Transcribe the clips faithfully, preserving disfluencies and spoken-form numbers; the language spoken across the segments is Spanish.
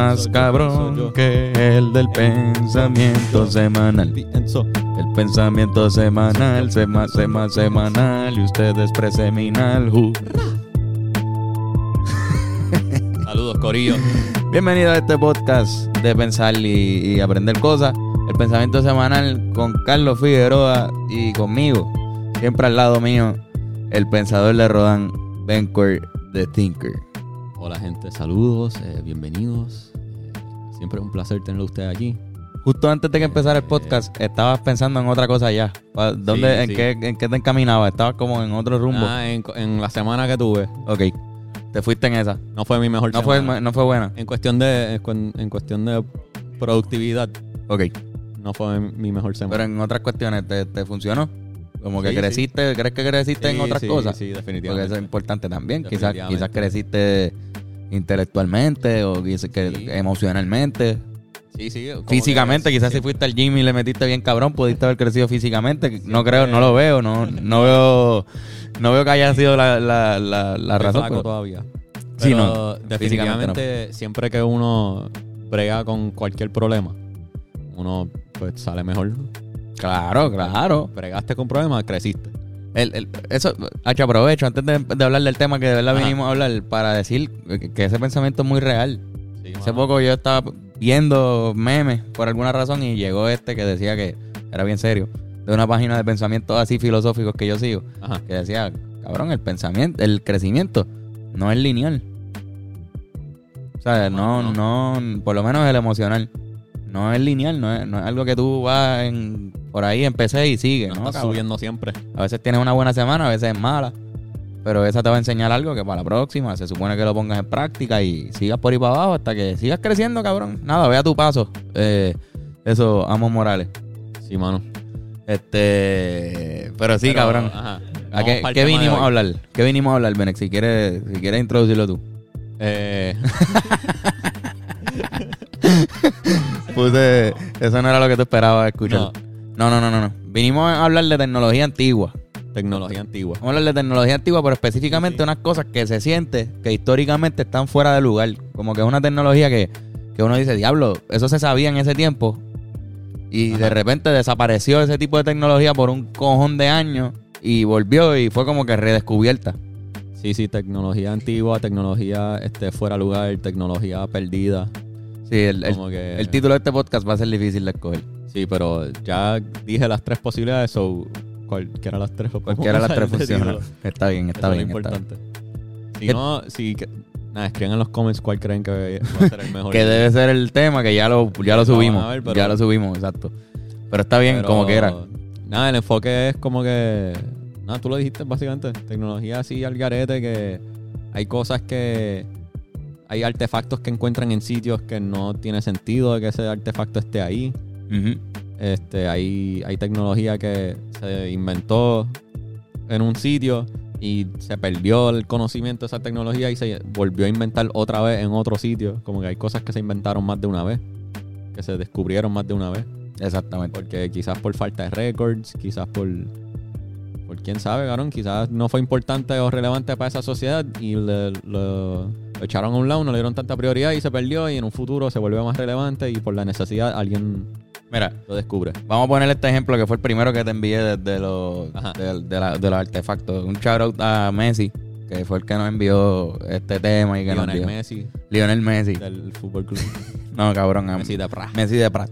más cabrón que el del pensamiento semanal. El pensamiento semanal, sema, sema, semanal, y usted es preseminal. Uh. Saludos, corillo. Bienvenido a este podcast de pensar y, y aprender cosas. El pensamiento semanal con Carlos Figueroa y conmigo, siempre al lado mío, el pensador de Rodán, Bencore The Thinker. Hola, gente, saludos, eh, bienvenidos. Eh, siempre es un placer tenerlo usted aquí. Justo antes de que empezara el podcast, eh, estabas pensando en otra cosa ya. ¿Dónde, sí, en, sí. Qué, ¿En qué te encaminabas? Estabas como en otro rumbo. Ah, en, en la semana que tuve. Ok, te fuiste en esa. No fue mi mejor no semana. Fue, no fue buena. En cuestión de, en cuestión de productividad. Ok. No fue mi mejor semana. Pero en otras cuestiones, ¿te, te funcionó? Como que sí, creciste, sí. ¿Crees que creciste sí, en otras sí, cosas? Sí, definitivamente. Porque eso es importante también. Quizás, Definitivamente. quizás creciste intelectualmente o quizás que Sí. emocionalmente. Sí, sí. Físicamente, que, quizás sí. si fuiste al gym y le metiste bien cabrón, pudiste haber crecido físicamente. Siempre. No creo, no lo veo, no, no veo, no veo que haya sido la, la, la, la Estoy razón. flaco Pero... todavía. Sí, Pero no. definitivamente no. Siempre que uno brega con cualquier problema, uno pues sale mejor. Claro, claro. Bregaste con problemas, creciste. El, el, eso, Hacho, aprovecho antes de, de hablar del tema que de verdad Ajá. vinimos a hablar para decir que ese pensamiento es muy real. Sí, Hace mano. poco yo estaba viendo memes por alguna razón y llegó este que decía que era bien serio, de una página de pensamientos así filosóficos que yo sigo, Ajá. que decía, cabrón, el pensamiento, el crecimiento no es lineal. O sea, no, no, no, por lo menos el emocional. No es lineal, no es, no es algo que tú vas en, por ahí empecé y sigue, No, ¿no? estás cabrón? subiendo siempre. A veces tienes una buena semana, a veces es mala. Pero esa te va a enseñar algo que para la próxima se supone que lo pongas en práctica y sigas por ahí para abajo hasta que sigas creciendo, cabrón. Nada, ve a tu paso. Eh, eso, Amos Morales. Sí, mano. Este, pero sí, Pero, cabrón. Ajá. ¿A qué, ¿qué vinimos a hablar? ¿Qué vinimos a hablar, Benex? Si quieres, si quieres introducirlo tú. Eh... Puse, eso no era lo que tú esperabas escuchar. No. No, no, no, no, no. Vinimos a hablar de tecnología antigua. Tecnología antigua. Vamos a hablar de tecnología antigua, pero específicamente Sí, sí. unas cosas que se siente que históricamente están fuera de lugar. Como que es una tecnología que, que uno dice, diablo, eso se sabía en ese tiempo. Y Ajá. de repente desapareció ese tipo de tecnología por un cojón de años y volvió y fue como que redescubierta. Sí, sí, tecnología antigua, tecnología este, fuera de lugar, tecnología perdida. Sí, el, el, Como que... el título de este podcast va a ser difícil de escoger. Sí, pero ya dije las tres posibilidades, so cualquiera de las tres. o Cualquiera de las tres podemos usar funciona. ese título. Está bien, está Eso bien. es lo está bien. importante. Si ¿Qué- no, si... Que, nada, escriban en los comments cuál creen que va a ser el mejor. Que debe ser el tema, que ya lo, ya lo No, subimos. a ver, pero- Ya lo subimos, exacto. Pero está bien, Pero, como quiera. Nada, el enfoque es como que... Nada, tú lo dijiste básicamente. Tecnología así al garete, que hay cosas que... Hay artefactos que encuentran en sitios que no tiene sentido de que ese artefacto esté ahí. Ujú. Este, hay, hay tecnología que se inventó en un sitio y se perdió el conocimiento de esa tecnología y se volvió a inventar otra vez en otro sitio. Como que hay cosas que se inventaron más de una vez, que se descubrieron más de una vez. Exactamente. Porque quizás por falta de records, quizás por... Por quién sabe, cabrón. Quizás no fue importante o relevante para esa sociedad y le, lo, lo echaron a un lado, no le dieron tanta prioridad y se perdió y en un futuro se vuelve más relevante y por la necesidad alguien Mira, lo descubre. vamos a poner este ejemplo que fue el primero que te envié de, de los, Ajá. de, de la- de los artefactos. Un shout out a Messi, que fue el que nos envió este tema y que nos Lionel dio. Messi Lionel Messi. del Fútbol Club. No, cabrón. a- Messi de Praga. Messi de Prat.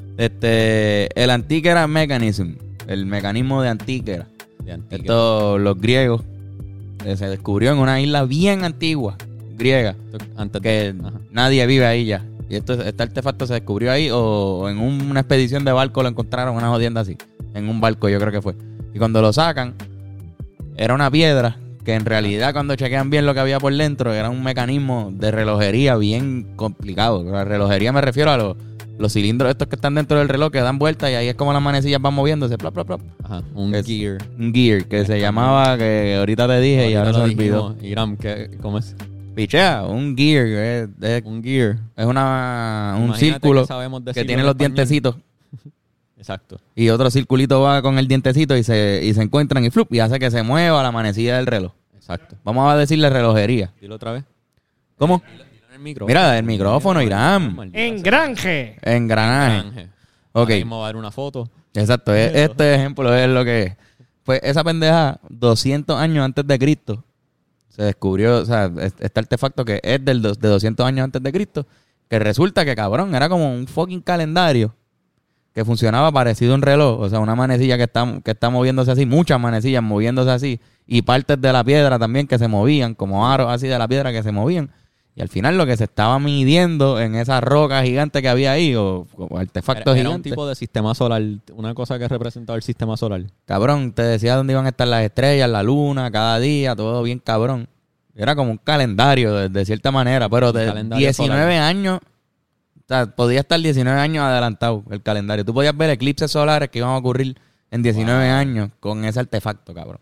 Este, el Antiquera Mechanism, el mecanismo de Antiquera. De Antigua. Esto, los griegos, eh, se descubrió en una isla bien antigua, griega, Antes que de... Ajá. nadie vive ahí ya. Y esto, este artefacto se descubrió ahí o, o en un- una expedición de barco lo encontraron, una jodienda así. En un barco yo creo que fue. Y cuando lo sacan, era una piedra que en realidad cuando chequean bien lo que había por dentro era un mecanismo de relojería bien complicado. La relojería me refiero a los, los cilindros estos que están dentro del reloj que dan vueltas y ahí es como las manecillas van moviéndose. Plop, plop, plop. Ajá. Un Es- gear. Un gear que se llamaba, que ahorita te dije y Ahorita ahora se lo me olvidó. dijimos. Iram, ¿qué- ¿cómo es? Pichea, un gear. Es, es, Un gear. es una, un Imagínate círculo que sabemos que decirlo tiene en los español. dientecitos. Exacto. Y otro circulito va con el dientecito y se, y se encuentran y flup, y hace que se mueva la manecilla del reloj. Exacto. Vamos a decirle relojería. Dilo otra vez. ¿Cómo? Lionel micrófono. Mira, el micrófono, Irán. Engranje. Engranaje. Engranaje. Ok. Ahora mismo va a ver una foto. Exacto. es- Este ejemplo es lo que es. Pues esa pendeja, doscientos años antes de Cristo, se descubrió, o sea, es- este artefacto que es del dos- de doscientos años antes de Cristo, que resulta que, cabrón, era como un fucking calendario que funcionaba parecido a un reloj, o sea, una manecilla que está, que está moviéndose así, muchas manecillas moviéndose así, y partes de la piedra también que se movían, como aros así de la piedra que se movían. Y al final lo que se estaba midiendo en esa roca gigante que había ahí, o, o artefactos Era, era un gigantes, tipo de sistema solar, una cosa que representaba el sistema solar. cabrón, te decía dónde iban a estar las estrellas, la luna, cada día, todo bien cabrón. Era como un calendario, de, de cierta manera, pero Un de calendario diecinueve solar. años, o sea, podía estar diecinueve años adelantado el calendario. Tú podías ver eclipses solares que iban a ocurrir en diecinueve Wow. años con ese artefacto, cabrón.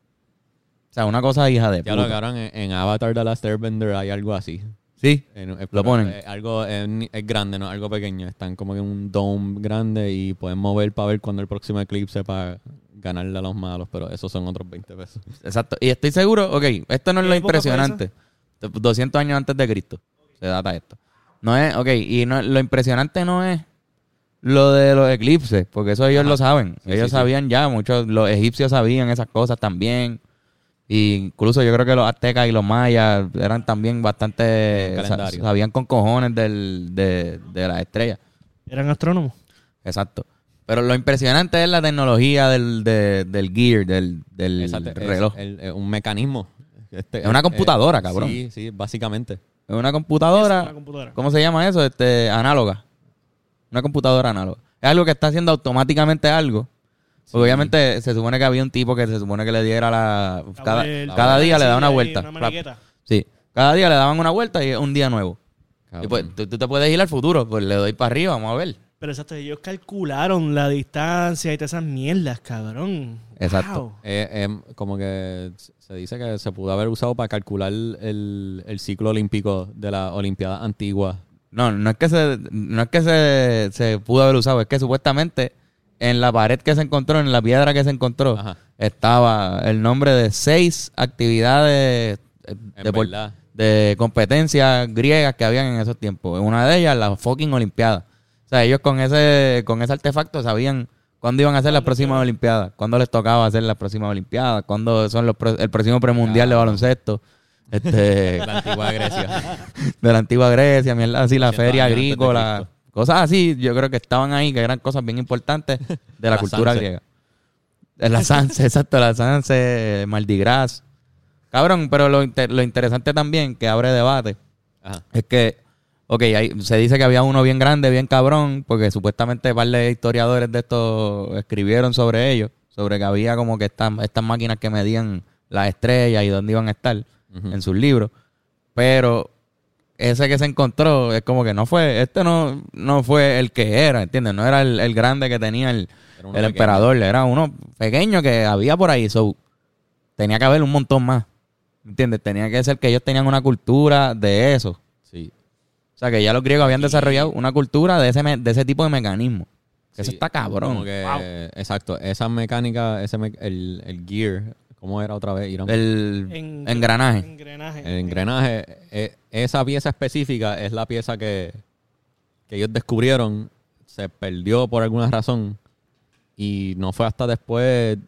O sea, una cosa hija de Ya puta. lo cabrón, en, en Avatar The Last Airbender hay algo así. Sí, En- eh, Lo pero, ponen. eh, algo es, es grande, no algo pequeño. Están como en un dome grande y pueden mover para ver cuándo el próximo eclipse para ganarle a los malos, pero esos son otros veinte pesos. exacto. Y estoy seguro, ok, esto no es ¿Qué lo época fue impresionante. doscientos años antes de Cristo se data esto. No es, ok, y no, lo impresionante no es lo de los eclipses, porque eso ellos Ajá. lo saben. Sí, ellos sí, sí. sabían ya, muchos, los egipcios sabían esas cosas también. Y incluso yo creo que los aztecas y los mayas eran también bastante... Un sa- calendario. sabían con cojones del, de, de las estrellas. Eran astrónomos. Exacto. Pero lo impresionante es la tecnología del, de- del gear, del, del Exacto, es reloj. Es, el- es un mecanismo. Este, una eh, computadora, eh, cabrón. Sí, sí, básicamente. una computadora... Es una computadora. ¿Cómo se llama eso? Este, análoga. Una computadora análoga. Es algo que está haciendo automáticamente algo. Porque Sí. obviamente se supone que había un tipo que se supone que le diera la... La Cada, vuelta, cada una día le da manecilla una ahí, vuelta. Una maniqueta. Sí. Cada día le daban una vuelta y es un día nuevo. Cabrón. Y pues tú, tú te puedes ir al futuro. Pues le doy para arriba, vamos a ver. Pero exacto, ellos calcularon la distancia y todas esas mierdas, cabrón. Exacto. Wow. Eh, eh, como que se dice que se pudo haber usado para calcular el, el ciclo olímpico de la Olimpiada antigua. No, no es que se, no es que se, se pudo haber usado, es que supuestamente en la pared que se encontró, en la piedra que se encontró, Ajá. estaba el nombre de seis actividades eh, En de, por- verdad. de competencias griegas que habían en esos tiempos. Una de ellas, la fucking Olimpiada. O sea, ellos con ese, con ese artefacto sabían cuándo iban a hacer las próximas Olimpiadas, cuándo les tocaba hacer las próximas Olimpiadas, cuándo son los pro- el próximo premundial de Cabrón. baloncesto. Este, La antigua Grecia. de la antigua Grecia, mierda así, la ochenta feria años antes de agrícola, Cristo. cosas así, yo creo que estaban ahí, que eran cosas bien importantes de la, La cultura Sanse. griega. De la Sanse, exacto, la Sanse, Mardi Gras. Cabrón, pero lo, inter- lo interesante también, que abre debate, Ajá. es que, ok, ahí se dice que había uno bien grande, bien cabrón, porque supuestamente par de historiadores de estos escribieron sobre ello, sobre que había como que estas estas máquinas que medían las estrellas y dónde iban a estar Ujú. en sus libros. Pero ese que se encontró es como que no fue, este no, no fue el que era, ¿entiendes? No era el, el grande que tenía el, Era uno el pequeño. emperador, era uno pequeño que había por ahí. So, tenía que haber un montón más, ¿entiendes? Tenía que ser que ellos tenían una cultura de eso. Sí. O sea, que ya los griegos habían desarrollado una cultura de ese, me- de ese tipo de mecanismo. Que Eso Sí, está cabrón. Como que, Wow. exacto, esa mecánica, ese me- el, el gear, ¿cómo era otra vez? Irán? El En- engranaje. Engranaje. El engranaje, eh, esa pieza específica es la pieza que, que ellos descubrieron, se perdió por alguna razón y no fue hasta después,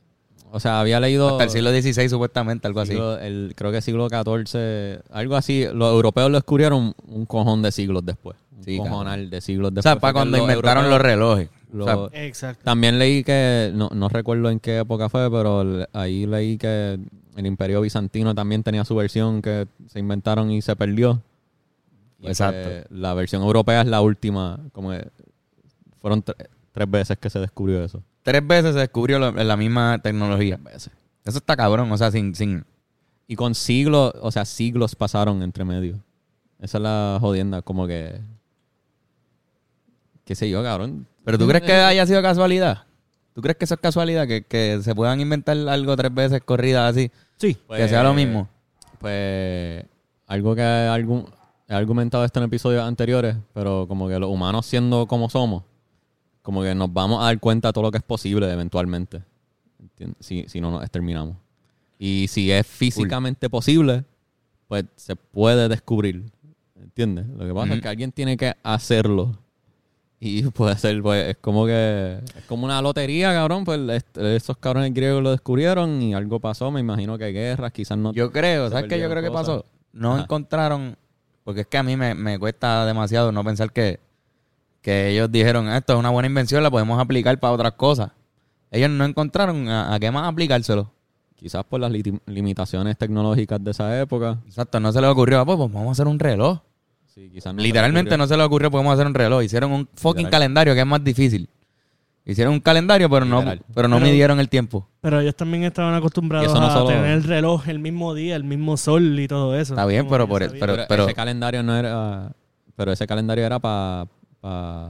o sea, había leído... Hasta el siglo dieciséis, supuestamente, algo así. siglo- el- creo que siglo catorce, algo así, los europeos lo descubrieron un cojón de siglos después. Un Sí, cojonal de siglos O después. sea, para Fue que cuando los inventaron los europeos- relojes. O sea, lo- Exacto. también leí que, no, no recuerdo en qué época fue, pero le- ahí leí que el Imperio Bizantino también tenía su versión que se inventaron y se perdió. Y Exacto. pues, la versión europea es la última, como que fueron tre- tres veces que se descubrió eso. tres veces se descubrió lo- la misma tecnología. Eso está cabrón, o sea, sin... sin Y con siglos, o sea, siglos pasaron entre medio. Esa es la jodienda, como que... ¿Qué sé yo, cabrón? ¿Pero tú crees que haya sido casualidad? ¿Tú crees que eso es casualidad? ¿Que, que se puedan inventar algo tres veces corridas así? Sí. que sea lo mismo. Pues algo que he, algún, he argumentado esto en episodios anteriores, pero como que los humanos siendo como somos, como que nos vamos a dar cuenta de todo lo que es posible eventualmente. ¿Entiendes? Si, si no nos exterminamos. Y si es físicamente posible, pues se puede descubrir. ¿Entiendes? Lo que pasa Ujú. es que alguien tiene que hacerlo. Y puede ser, pues, es como que... Es como una lotería, cabrón. Pues est- esos cabrones griegos lo descubrieron y algo pasó. Me imagino que hay guerras, quizás no... Yo creo, se ¿sabes qué yo creo perdieron que pasó? cosas. No Ajá. encontraron, porque es que a mí me, me cuesta demasiado no pensar que, que ellos dijeron, esto es una buena invención, la podemos aplicar para otras cosas. Ellos no encontraron a, a qué más aplicárselo. Quizás por las liti- limitaciones tecnológicas de esa época. Exacto, no se les ocurrió, ah, pues, pues vamos a hacer un reloj. Sí, quizás no Literalmente no se les ocurrió, podemos hacer un reloj. Hicieron un fucking Literal. calendario que es más difícil. Hicieron un calendario, pero no, Literal. pero no Pero- midieron el tiempo. Pero ellos también estaban acostumbrados Y eso no a solo- tener el reloj el mismo día, el mismo sol y todo eso. Está bien, Como pero que por- sabían. pero- Pero, ese calendario no era... Pero ese calendario era para... Pa,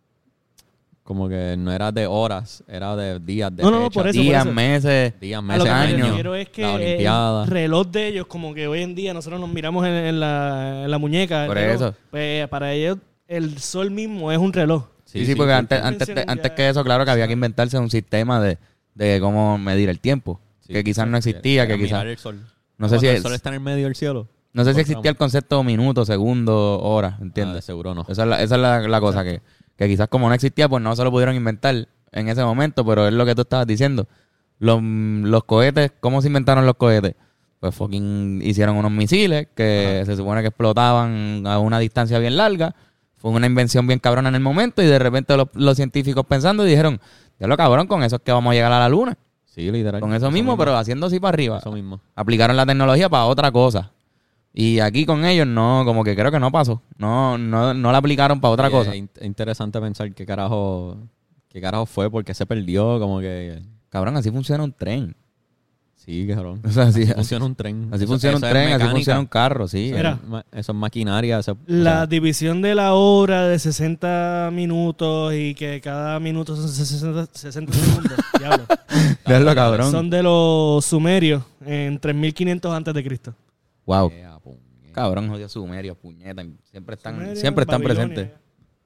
como que no era de horas, era de días, de No, no, fechas. por eso, Días, eso. meses. Días, A meses, lo que me años. refiero es que la el Olimpiada. reloj de ellos, como que hoy en día nosotros nos miramos en, en la, en la muñeca. el Por reloj, eso. Pues para ellos el sol mismo es un reloj. Sí, sí, porque sí, antes, sí. antes, de- Mencionan antes ya- que eso, claro que había que inventarse un sistema de, de cómo medir el tiempo. Sí, que quizás sí, no existía, era que quizás... mirar el sol. No sé si Cuando es- el sol está en el medio del cielo. No sé si Por existía el tramo. concepto minuto, segundo, hora, Ah, de ¿entiendes? seguro no. Esa es la, esa es la, la cosa, que, que quizás como no existía, pues no se lo pudieron inventar en ese momento, pero es lo que tú estabas diciendo. Los, los cohetes, ¿cómo se inventaron los cohetes? Pues fucking hicieron unos misiles que Ajá. se supone que explotaban a una distancia bien larga. Fue una invención bien cabrona en el momento y de repente los, los científicos pensando dijeron, ya lo cabrón, con eso es que vamos a llegar a la luna. Sí, literal. Con eso, mismo, pero haciendo así para arriba. Eso mismo. Aplicaron la tecnología para otra cosa. Y aquí con ellos no, como que creo que no pasó. No, no, no la aplicaron para otra Y cosa. Es in- es interesante pensar qué carajo, qué carajo fue, porque se perdió, como que... Cabrón, así funciona un tren. Sí, cabrón. O sea, así, Así así, funciona un tren. así Eso- funciona un eso es tren, así mecánica. funciona un carro, sí. Eso, Mira. es, ma- eso es maquinaria. eso- o La sea, división de la hora de sesenta minutos y que cada minuto son sesenta, sesenta segundos. Diablo. Verlo, cabrón. Son de los sumerios en tres mil quinientos antes de Cristo. Wow. ea, puñeta. Cabrón, jodido sumerios, puñeta. Siempre están, Sumerios, siempre están Babilonia. presentes.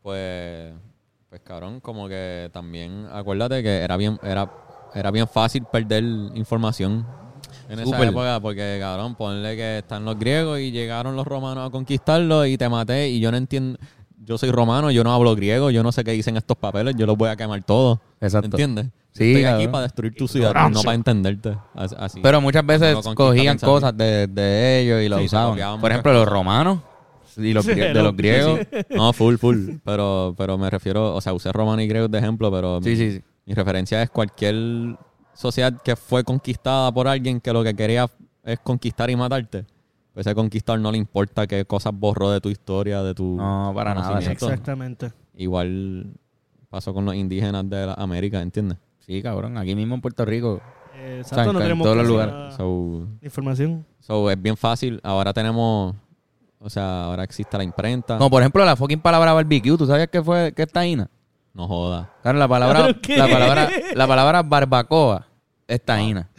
Pues, pues cabrón, como que también acuérdate que era bien, era, era bien fácil perder información en esa Súper. época, porque cabrón, ponle que están los griegos y llegaron los romanos a conquistarlo y te maté y yo no entiendo, yo soy romano, yo no hablo griego, yo no sé qué dicen estos papeles, yo los voy a quemar todos. Exacto. ¿Entiendes? Yo Sí, estoy aquí cabrón. para destruir tu ciudad, no para entenderte. As- Así. Pero muchas veces Cuando conquista cogían pensando. cosas de, de ellos y lo Sí, se usaban. copiaban Por muchas ejemplo, los romanos y los, Sí, grie- de los- los griegos. No, full, full. Pero, pero me refiero, o sea, usé romano y griego de ejemplo, pero Sí, mi, sí, sí. mi referencia es cualquier sociedad que fue conquistada por alguien que lo que quería es conquistar y matarte. Pues ese conquistador no le importa qué cosas borró de tu historia, de tu No, para nada, conocimiento. Exactamente. Igual pasó con los indígenas de la América, ¿entiendes? Sí, cabrón. Aquí mismo en Puerto Rico. Eh, O sea, Exacto, en- no en tenemos todos los casi lugares. nada So, de información. so es bien fácil. Ahora tenemos, o sea, ahora existe la imprenta. Como por ejemplo la fucking palabra barbecue. ¿Tú sabías qué fue, qué es taína? No joda. Claro, la palabra, ¿Pero qué? la palabra, la palabra barbacoa es taína.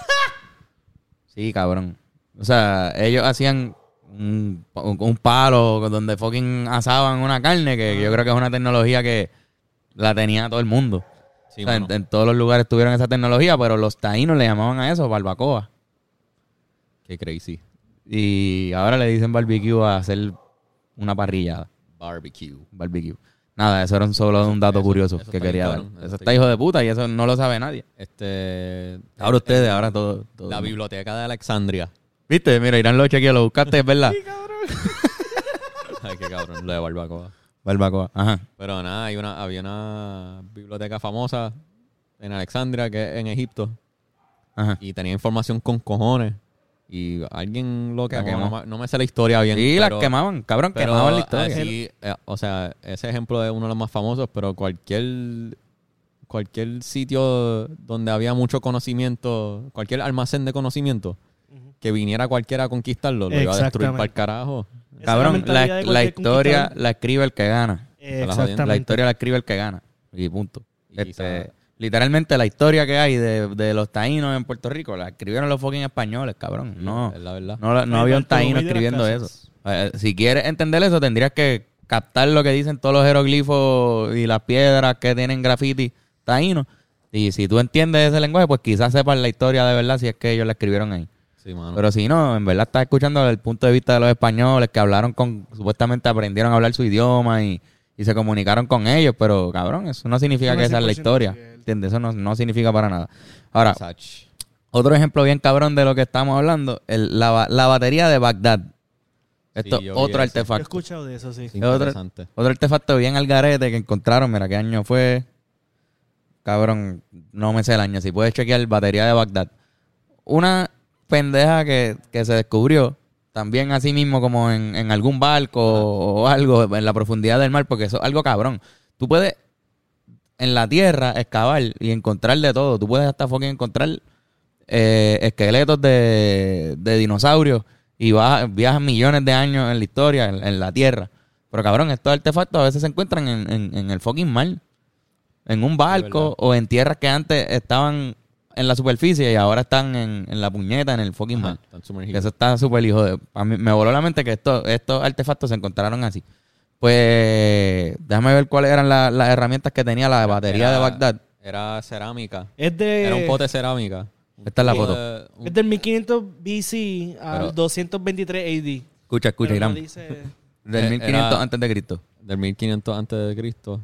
Sí, cabrón. O sea, ellos hacían un, un- un palo donde fucking asaban una carne, que yo creo que es una tecnología que la tenía todo el mundo. Sí, O sea, en, mano. en todos los lugares tuvieron esa tecnología, pero los taínos le llamaban a eso barbacoa. Qué crazy. Y ahora le dicen barbecue a hacer una parrillada. Barbecue. Barbecue. Nada, eso era un solo un dato eso- curioso eso que está quería bien, dar. cabrón. Eso Eso está está hijo de puta y eso no lo sabe nadie. Este. Ahora ustedes, ahora todo. todo La biblioteca de Alexandria. ¿Viste? Mira, Irán lo chequeó, lo buscaste, es verdad. Ay, qué cabrón, lo de barbacoa. Barbacoa. Ajá. Pero nada, hay una, había una biblioteca famosa en Alexandria, que es en Egipto, Ajá. y tenía información con cojones. Y alguien lo La quemó. quemó. No, me- no me sé la historia bien. Sí, pero, las quemaban, cabrón, pero quemaban la historia. así, eh, o sea, ese ejemplo es uno de los más famosos, pero cualquier cualquier sitio donde había mucho conocimiento, cualquier almacén de conocimiento, que viniera cualquiera a conquistarlo, lo iba a destruir Exactamente. para el carajo. Esa es Cabrón, mentalidad la, de la cualquier historia conquistador. la escribe el que gana. Eh, la jodienda. La Exactamente. historia la escribe el que gana. Y punto. Y Este, quizá- literalmente la historia que hay de, de los taínos en Puerto Rico la escribieron los fucking españoles, cabrón. No, es la verdad. no, la- no Ay, había un Bartolomé taíno de las escribiendo eso. Casas. Eh, si quieres entender eso, tendrías que captar lo que dicen todos los jeroglifos y las piedras que tienen graffiti taínos. Y si tú entiendes ese lenguaje, pues quizás sepas la historia de verdad si es que ellos la escribieron ahí. Sí, mano. Pero si no, en verdad estás escuchando el punto de vista de los españoles que hablaron con, supuestamente aprendieron a hablar su idioma y, y se comunicaron con ellos, pero cabrón, eso no significa Eso no que es esa es la cien por ciento historia, fiel. ¿entiendes? Eso no, no significa para nada. Ahora, Sach. otro ejemplo bien cabrón de lo que estamos hablando, el- la, ba- la batería de Bagdad. Esto Sí, yo otro vi eso. Yo he artefacto. escuchado de eso, sí. Sí, otro- interesante. Otro artefacto bien al garete que encontraron, mira qué año fue. Cabrón, no me sé el año. Si puedes chequear batería de Bagdad. Una pendeja que, que se descubrió también así mismo como en, en algún barco o algo en la profundidad del mar, porque eso es algo cabrón. Tú puedes en la tierra excavar y encontrar de todo. Tú puedes hasta fucking encontrar eh, esqueletos de, de dinosaurios y vas, viajas millones de años en la historia, en, en la tierra. Pero cabrón, estos artefactos a veces se encuentran en, en, en el fucking mar. En un barco verdad. o en tierras que antes estaban en la superficie y ahora están en, en la puñeta, en el fucking Ajá, mar. están Que sumergidos. eso está súper hijo de... A mí me voló la mente que esto, estos artefactos se encontraron así. Pues déjame ver cuáles eran la- las herramientas que tenía la batería Era- de Bagdad. Era cerámica. Es de... Era un pote de cerámica. Esta es la Un foto. de- un- Es del mil quinientos B C al Pero- doscientos veintitrés A D. Escucha, escucha, Pero no Irán. dice... Del Eh, mil quinientos era- antes de Cristo. Del mil quinientos antes de Cristo.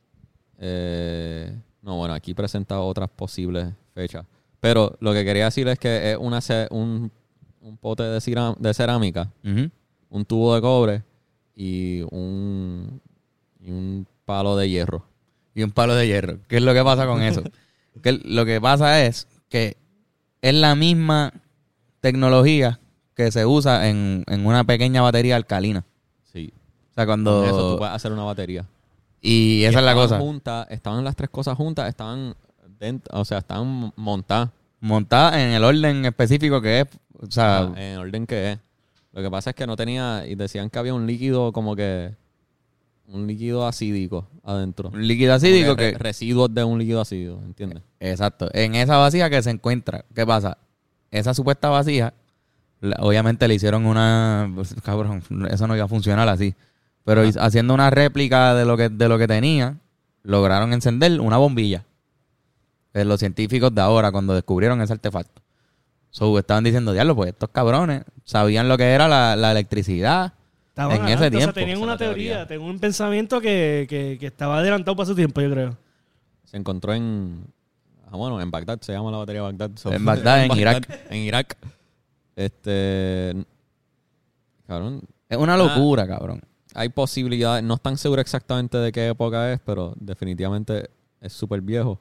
Eh, no, bueno, aquí presenta otras posibles fechas. Pero lo que quería decir es que es una ce- un, un pote de, cera- de cerámica, Ujú. un tubo de cobre y un, y un palo de hierro. Y un palo de hierro. ¿Qué es lo que pasa con eso? Que lo que pasa es que es la misma tecnología que se usa en, en una pequeña batería alcalina. Sí. O sea, Con eso tú cuando... puedes hacer una batería. Y esa es la estaban cosa. juntas, estaban las tres cosas juntas, estaban dentro, o sea, estaban montadas Montada en el orden específico que es. O sea, ah, en el orden que es. Lo que pasa es que no tenía, y decían que había un líquido como que, un líquido acídico adentro. un líquido Como acídico re- que... residuos de un líquido ácido, ¿entiendes? Exacto. En esa vasija que se encuentra, ¿qué pasa? Esa supuesta vasija, la- obviamente le hicieron una... pues, cabrón, eso no iba a funcionar así. Pero Ah. hiz- haciendo una réplica de lo que de lo que tenía, lograron encender una bombilla. Eh, los científicos de ahora, cuando descubrieron ese artefacto. So, estaban diciendo, diablo, pues estos cabrones sabían lo que era la, la electricidad. Estaban En ese adelante, tiempo. O sea, tenían Esa una es la teoría. teoría, tenían un pensamiento que, que, que estaba adelantado para su tiempo, yo creo. Se encontró en, ah, bueno, en Bagdad, se llama la batería Bagdad. So- En Bagdad, en Irak. En Irak. Este, cabrón, Es una locura, cabrón. hay posibilidades, no están seguro exactamente de qué época es, pero definitivamente es súper viejo.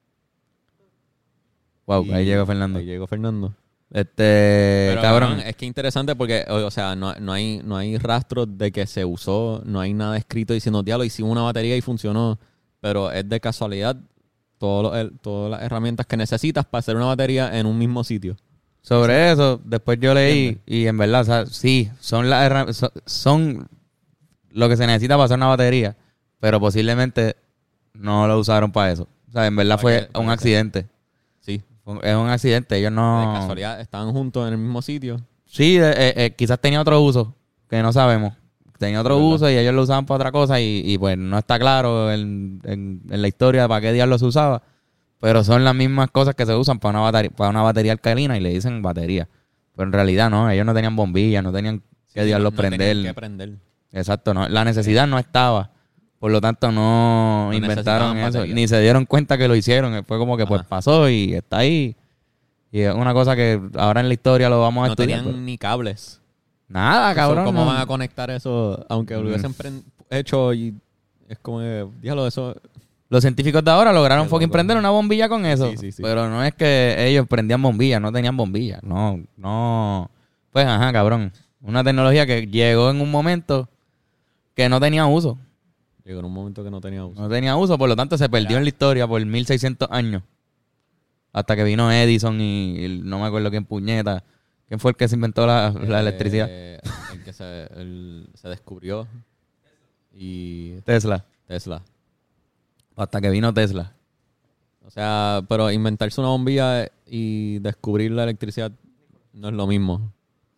Wow, Y ahí llegó Fernando. Ahí llegó Fernando. Este, Pero, cabrón. cabrón, es que interesante porque, o, o sea, no, no hay no hay rastros de que se usó, no hay nada escrito diciendo, diablo, hicimos una batería y funcionó. Pero es de casualidad todo lo- el- todas las herramientas que necesitas para hacer una batería en un mismo sitio. Sobre eso, después yo leí y en verdad, o sea, sí, son las herram- so- son lo que se necesita para hacer una batería, pero posiblemente no lo usaron para eso. O sea, en verdad ¿Para fue qué? ¿Para un qué? accidente. Sí, Fue- Es un accidente, ellos de no... casualidad estaban juntos en el mismo sitio. Sí, eh, eh, eh, quizás tenía otro uso, que no sabemos. Tenía otro ¿Verdad? uso y ellos lo usaban para otra cosa y, y pues no está claro en, en- en la historia de para qué diablos se usaba. Pero son las mismas cosas que se usan para una batería, para una batería alcalina y le dicen batería. Pero en realidad no, ellos no tenían bombillas, no tenían que Sí, diablos no- no tenían prender. que prender. Exacto, no, la necesidad no estaba. Por lo tanto, no, No inventaron necesitaban eso. batería. Ni se dieron cuenta que lo hicieron. Fue como que pues Ajá. pasó y está ahí. Y es una cosa que ahora en la historia lo vamos a No estudiar. tenían pero- ni cables. Nada, cabrón. ¿Cómo no. van a conectar eso? Aunque lo Mm. hubiesen pren- hecho y es como que, diablo, eso... Los científicos de ahora lograron Qué fucking loco. prender una bombilla con eso. Sí, sí, sí. Pero no es que ellos prendían bombillas, no tenían bombillas. No, no. Pues ajá, cabrón. Una tecnología que llegó en un momento que no tenía uso. Llegó en un momento que no tenía uso. No tenía uso, por lo tanto se perdió Era- en la historia por mil seiscientos años. Hasta que vino Edison y, y no me acuerdo quién puñeta. ¿Quién fue el que se inventó la, la Eh, electricidad? El que se, el- se descubrió. Y Tesla. Tesla. Hasta que vino Tesla. O sea, pero inventarse una bombilla y descubrir la electricidad no es lo mismo.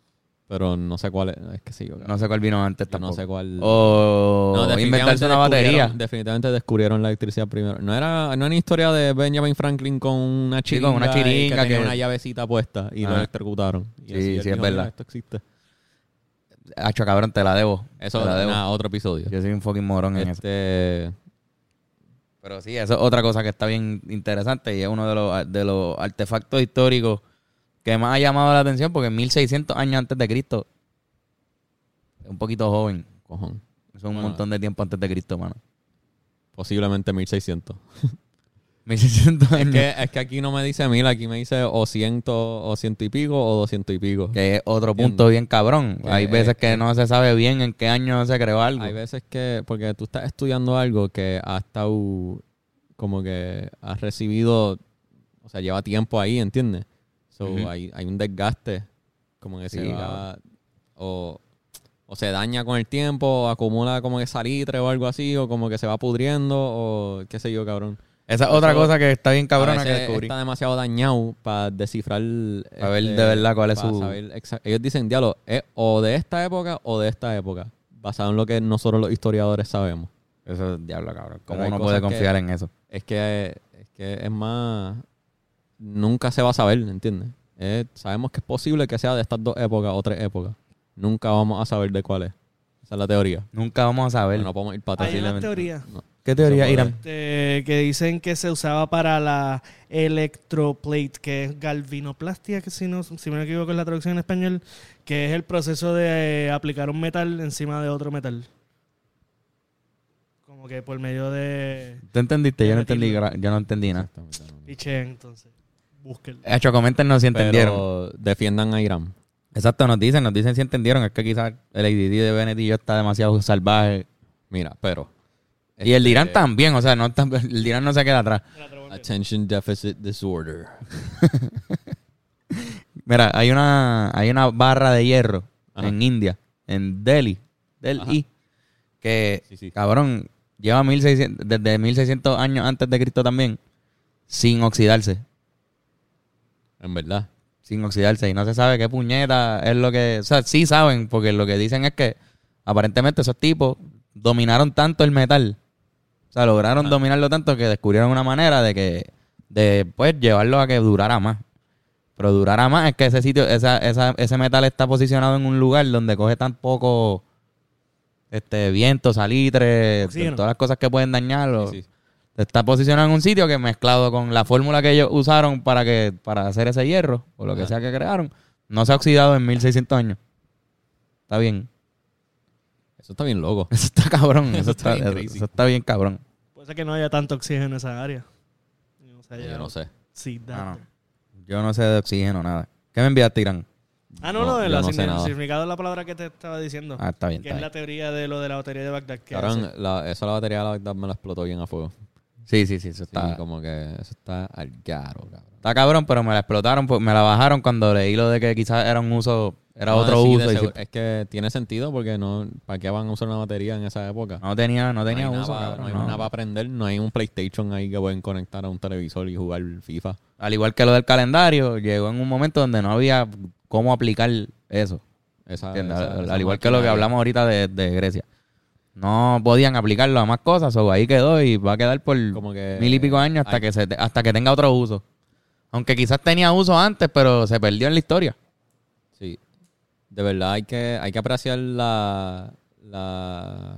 pero no sé cuál es. Es que sí, yo, No sé cuál vino antes yo tampoco. no sé cuál. O No, definitivamente inventarse una descubrieron- batería. Definitivamente descubrieron la electricidad primero. No era, no era una historia de Benjamin Franklin con una Sí, chiringa, con una y que chiringa tenía que- una llavecita puesta y lo Ah. electrocutaron. Y Sí, así él sí, es dijo, verdad. "Mira, esto existe". Hacho, cabrón, te la debo. Eso te la es debo. nada, otro episodio. Yo soy un fucking morón en eso. Este, Pero sí, eso es otra cosa que está bien interesante y es uno de los, de los artefactos históricos que más ha llamado la atención porque mil seiscientos años antes de Cristo es un poquito joven. cojón. Eso es un Bueno, montón de tiempo antes de Cristo, mano. Posiblemente mil seiscientos. mil seiscientos Es años. que, es que aquí no me dice mil, aquí me dice o ciento, o ciento y pico, o dosciento y pico. Que es otro punto bien cabrón. Que Hay es- veces que que- no se sabe bien en qué año se creó algo. Hay veces que, porque tú estás estudiando algo que ha estado, como que has recibido, o sea, lleva tiempo ahí, ¿entiendes? So, Ujú. hay, hay un desgaste, como que se Sí, va, o, o se daña con el tiempo, o acumula como que salitre o algo así, o como que se va pudriendo, o qué sé yo, cabrón. Esa es otra Eso- cosa que está bien A cabrona que veces descubrí. está demasiado dañado para descifrar. Para ver de verdad cuál es para su- saber exa- Ellos dicen, diálogo, es o de esta época o de esta época, basado en lo que nosotros los historiadores sabemos. Eso es diablo, cabrón. ¿Cómo Pero hay uno puede cosas que- confiar en eso? Es que, es que es más. Nunca se va a saber, ¿entiendes? Es- sabemos que es posible que sea de estas dos épocas o tres épocas. Nunca vamos a saber de cuál es. Esa es la teoría. Nunca vamos a saber. Pero no podemos ir para atrás. Hay una posiblemente. teoría No. ¿Qué teoría, Eso puede- Irán? este, que dicen que se usaba para la electroplate, que es galvinoplastia, que si no, si me no equivoco en la traducción en español, que es el proceso de eh, aplicar un metal encima de otro metal. Como que por medio de ¿Tú entendiste? Yo no entendí, Derretirlo. gra- yo no entendí nada. Exactamente, no. piche, entonces. Búsquenlo. Hecho, coméntenos si entendieron. Pero defiendan a Irán. Exacto, nos dicen, nos dicen si entendieron. Es que quizás el A D D de Bennett y yo está demasiado salvaje. Mira, pero. Y el de Irán este, también, o sea, no está- el de Irán no se queda atrás. Attention Deficit Disorder. Mira, hay una, hay una barra de hierro Ajá. en India, en Delhi, Ajá. Delhi, que, Sí, sí. cabrón, lleva mil seiscientos, desde mil seiscientos años antes de Cristo también, sin oxidarse, En verdad. sin oxidarse. Y no se sabe qué puñeta es lo que... O sea, sí saben, porque lo que dicen es que aparentemente esos tipos dominaron tanto el metal. O sea, lograron Ajá. dominarlo tanto que descubrieron una manera de que... De, pues, llevarlo a que durara más. Pero durara más es que ese sitio, esa, esa, ese metal está posicionado en un lugar donde coge tan poco este viento, salitre, Oxígeno. todas las cosas que pueden dañarlo. Sí, sí. Está posicionado en un sitio que mezclado con la fórmula que ellos usaron para que para hacer ese hierro, o lo que Ajá. sea que crearon, no se ha oxidado en mil seiscientos años. Está bien. Eso está bien loco. Eso está cabrón. Eso, Eso está está, bien eso, crazy. eso está bien cabrón. Puede ser que no haya tanto oxígeno en esa área. No sé, Yo no sé. Sí, Ah, data. no. Yo no sé de oxígeno, nada. ¿Qué me enviaste, Irán? Ah, no, No, no, el, yo no sé signi- el nada. significado de la palabra que te estaba diciendo. Ah, está bien. que Está es bien. la teoría de lo de la batería de Bagdad. Que Cabrón, hace. la, eso la batería de la Bagdad me la explotó bien a fuego. Sí, sí, sí. Eso Sí, está, como que eso está al garo, cabrón. está cabrón, pero me la explotaron, pues, me la bajaron cuando leí lo de que quizás era un uso, era No, otro sí, de uso. y seguro. si- Es que tiene sentido porque no, ¿para qué van a usar una batería en esa época? no tenía, no tenía hay uso, nada, cabrón, no hay no. nada para aprender, no hay un PlayStation ahí que pueden conectar a un televisor y jugar FIFA. Al igual que lo del calendario, llegó en un momento donde no había cómo aplicar eso. Esa, ¿Entiendes? esa- al, esa al igual que lo que maquinaria. hablamos ahorita de, de Grecia. No podían aplicarlo a más cosas, o ahí quedó y va a quedar por Como que mil y pico años hasta hay- que se te- hasta que tenga otro uso. Aunque quizás tenía uso antes, pero se perdió en la historia. Sí. De verdad hay que, hay que apreciar la, la,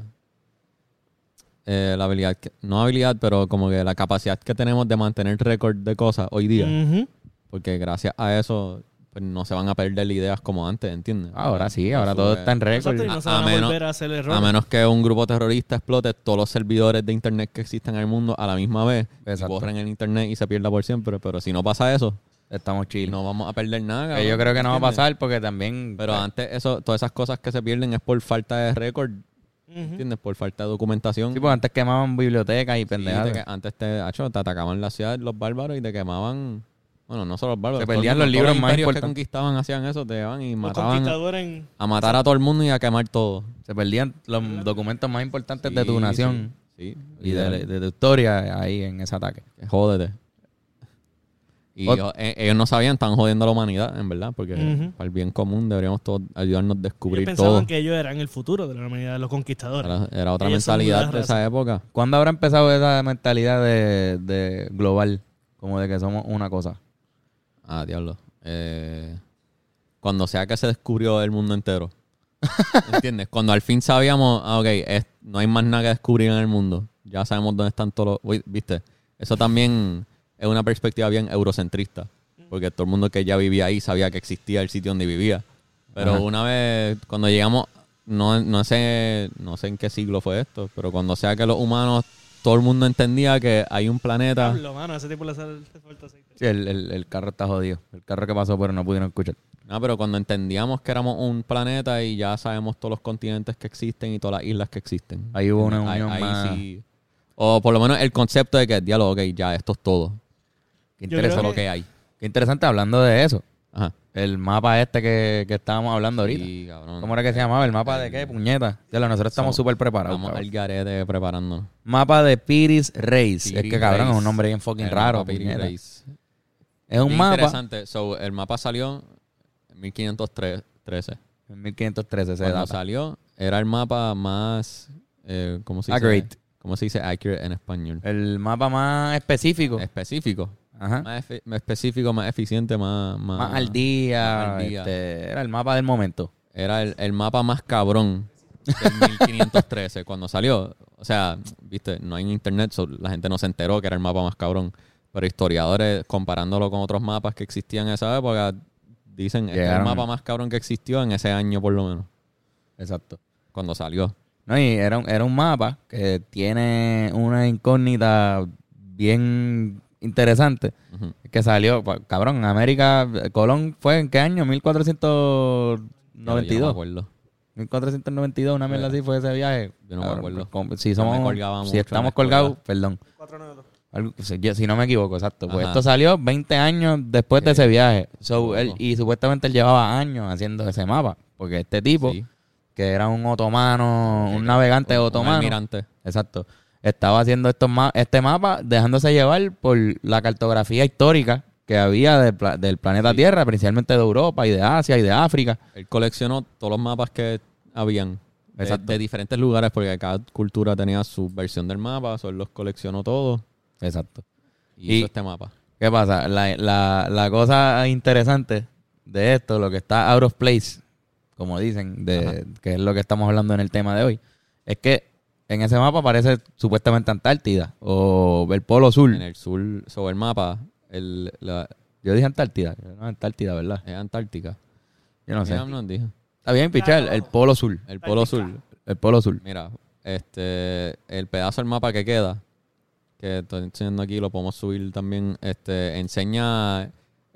eh, la habilidad, que- no habilidad, pero como que la capacidad que tenemos de mantener récord de cosas hoy día. Ujú. Porque gracias a eso pues no se van a perder ideas como antes, ¿entiendes? Ahora sí, ahora Eso todo es- está en récord. Exacto, y no se A- a van a, menos- volver a hacer errores. A menos que un grupo terrorista explote todos los servidores de internet que existen en el mundo a la misma vez y Exacto. borren el internet y se pierda por siempre. Pero si no pasa eso, Estamos chill. no vamos a perder nada. Que yo cabrón, creo que no va a ¿entiendes? pasar porque también... Pero pues, antes eso, todas esas cosas que se pierden es por falta de récord, Ujú. ¿entiendes? Por falta de documentación. sí, porque antes quemaban bibliotecas y Sí, pendejadas. te que- antes te, acho, te atacaban la ciudad los bárbaros y te quemaban. Bueno, no solo los bárbaros. Se todo el perdían mundo, los todos libros más imperios que importantes. conquistaban hacían eso, te llevaban y Los mataban conquistadores en... a matar a todo el mundo y a quemar todo. Se perdían los documentos más importantes de Sí, tu nación Sí, sí. y de, de tu historia ahí en ese ataque. Jódete. Y Ot- ellos, eh, ellos no sabían, estaban jodiendo a la humanidad, en verdad, porque Ujú. para el bien común deberíamos todos ayudarnos a Ellos descubrir pensaban todo. que ellos eran el futuro de la humanidad, los conquistadores. Era, era otra Ellos son mentalidad una de esa raza. época. ¿Cuándo habrá empezado esa mentalidad de, de global? Como de que somos una cosa. Ah, diablo. Eh, cuando sea que se descubrió el mundo entero. ¿Entiendes? Cuando al fin sabíamos, ah, ok, es- no hay más nada que descubrir en el mundo. Ya sabemos dónde están todos los... Uy, ¿viste? Eso también es una perspectiva bien eurocentrista. Porque todo el mundo que ya vivía ahí sabía que existía el sitio donde vivía. Pero Ajá. una vez, cuando llegamos, no, no sé no sé en qué siglo fue esto, pero cuando sea que los humanos, todo el mundo entendía que hay un planeta... Diablo, mano, a ese tipo le hace le falta aceite. Sí, el, el, el carro está jodido. El carro que pasó, pero no pudieron escuchar. No, pero cuando entendíamos que éramos un planeta y ya sabemos todos los continentes que existen y todas las islas que existen. Ahí hubo una Ahí- unión ahí más. sí. O por lo menos el concepto de que, diálogo, ok, ya, esto es todo. Qué Yo Eso interesante. es creo lo que hay. Qué interesante hablando de eso. Ajá. El mapa este que, que estábamos hablando ahorita. Sí, cabrón. ¿Cómo era que se llamaba? ¿El mapa de qué? Puñeta. Ya lo, nosotros estamos Somos- súper preparados. Estamos cabrón. al garete preparándonos. Mapa de Piris Reis. Es Piris que cabrón, Reis. es un nombre bien fucking El raro. mapa Piris puñeta. Reis. Es un Bien mapa. interesante. So, el mapa salió en mil quinientos trece. En mil quinientos trece se Cuando data. salió, era el mapa más... Eh, ¿Cómo se dice? Accurate. ¿Cómo se dice accurate en español? El mapa más específico. Específico. Ajá. Más, efe- más específico, más eficiente, más... Más, Más al día. más al día. este, era el mapa del momento. Era el, el mapa más cabrón del mil quinientos trece cuando salió. O sea, viste, no hay internet, so la gente no se enteró que era el mapa más cabrón. Pero historiadores, comparándolo con otros mapas que existían en esa época, dicen que este es el Llegaron- mapa más cabrón que existió en ese año por lo menos, Exacto. cuando salió. No, y era un, era un mapa que tiene una incógnita bien interesante. Ujú. Que salió, pa- cabrón, América, Colón fue en qué año? mil cuatrocientos noventa y Yo no me dos. acuerdo. mil cuatrocientos noventa y dos, una mierda así fue ese viaje. Yo no me Cabrón, acuerdo. como- Si Yo me somos, colgaba mucho si en estamos la colgados, escuela. perdón. cuatro noventa y dos. Algo- si, yo- si no me equivoco, exacto. Pues Ajá. esto salió veinte años después de Ok. ese viaje. So, él- Loco. y supuestamente él llevaba años haciendo ese mapa. Porque este tipo, Sí. que era un otomano, un navegante Un- un otomano. almirante. Exacto. Estaba haciendo estos ma- este mapa dejándose llevar por la cartografía histórica que había del, pla- del planeta Sí. Tierra, principalmente de Europa y de Asia y de África. Él coleccionó todos los mapas que habían de, Exacto. de diferentes lugares porque cada cultura tenía su versión del mapa, so él los coleccionó todos Exacto. y, Y- hizo este mapa. ¿Qué pasa? La, la, la cosa interesante de esto, lo que está out of place, como dicen, de, Ajá. que es lo que estamos hablando en el tema de hoy, es que en ese mapa aparece supuestamente Antártida o el Polo Sur. En el sur, sobre el mapa, el, la, Yo dije Antártida, no Antártida, ¿verdad? es Antártica. Yo no sé. Mira, nos dijo. Está bien, pichar, el Polo Sur. El polo sur. El Polo Sur. Mira, este, el pedazo del mapa que queda, que estoy enseñando aquí, lo podemos subir también, este, enseña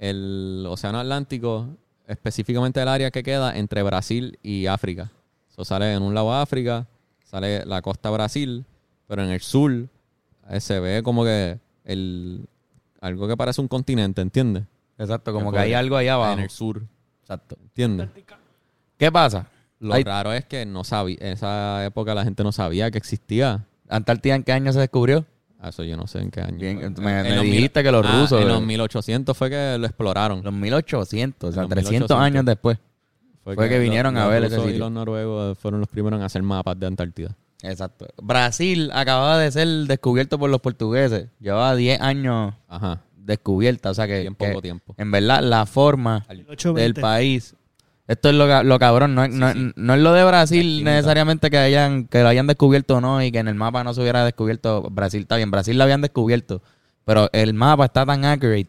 el Océano Atlántico, específicamente el área que queda entre Brasil y África. Eso sale en un lado África, sale la costa Brasil, pero en el sur eh, se ve como que el algo que parece un continente, ¿entiendes? Exacto, como Que que hay puede- algo ahí abajo. En el sur, Exacto. ¿entiendes? ¿Qué pasa? Lo Hay- raro es que no sabía, en esa época la gente no sabía que existía. ¿Antártida en qué año se descubrió? Ah, eso yo no sé en qué año. Bien, fue. me- En me los dijiste que los ah, rusos- En los mil ochocientos fue que lo exploraron. Los mil ochocientos, o sea, En los trescientos mil ochocientos. años después. fue que vinieron los- a ver los ese rusos sitio. y los noruegos fueron los primeros en hacer mapas de Antártida. Exacto. Brasil acababa de ser descubierto por los portugueses. Llevaba diez años Ajá. descubierta, o sea que, Bien que poco tiempo. en verdad la forma El ocho del veinte. país. Esto es lo, ca- lo cabrón, no, es- no, es- sí. no es lo de La Brasil química. necesariamente que hayan que lo hayan descubierto o no y que en el mapa no se hubiera descubierto. Brasil está bien, Brasil lo habían descubierto, pero el mapa está tan accurate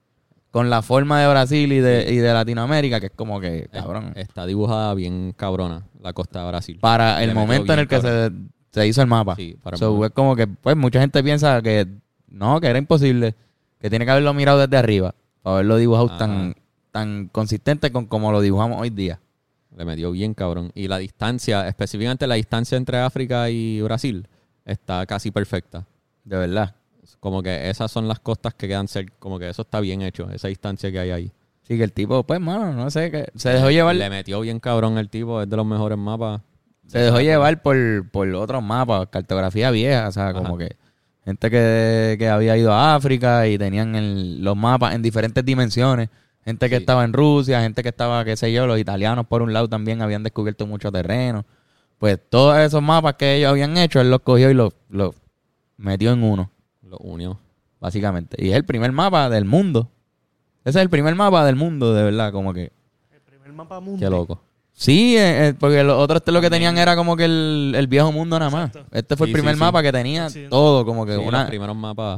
con la forma de Brasil y de, y de Latinoamérica que es como que, cabrón, Es- Está dibujada bien cabrona la costa de Brasil. para el le metió momento en bien el que se, se hizo el mapa. Sí, para el So, momento. es como que, pues, mucha gente piensa que no, que era imposible, que tiene que haberlo mirado desde arriba para haberlo dibujado Ajá. tan, tan consistente con como lo dibujamos hoy día. Le metió bien cabrón. Y la distancia, específicamente la distancia entre África y Brasil, está casi perfecta. De verdad. Como que esas son las costas que quedan cerca. Como que eso está bien hecho, esa distancia que hay ahí. Sí, que el tipo, pues, mano, no sé, que se dejó llevar, Le metió bien cabrón el tipo, es de los mejores mapas. se dejó llevar por, por otros mapas, cartografía vieja, o sea, como Ajá. que Gente que, que había ido a África y tenían el- los mapas en diferentes dimensiones. Gente que Sí. estaba en Rusia, gente que estaba, qué sé yo, los italianos por un lado también habían descubierto mucho terreno. Pues todos esos mapas que ellos habían hecho, él los cogió y los, los metió en uno, Lo unió. básicamente. Y es el primer mapa del mundo. Ese es el primer mapa del mundo, de verdad, como que... El primer mapa mundo. Qué loco. Sí, eh, eh, porque los otros lo que tenían era como que el, el viejo mundo nada más. Exacto. Este fue Sí, el primer sí, mapa sí. que tenía Occidente. todo, como que Sí, una... los primeros mapas.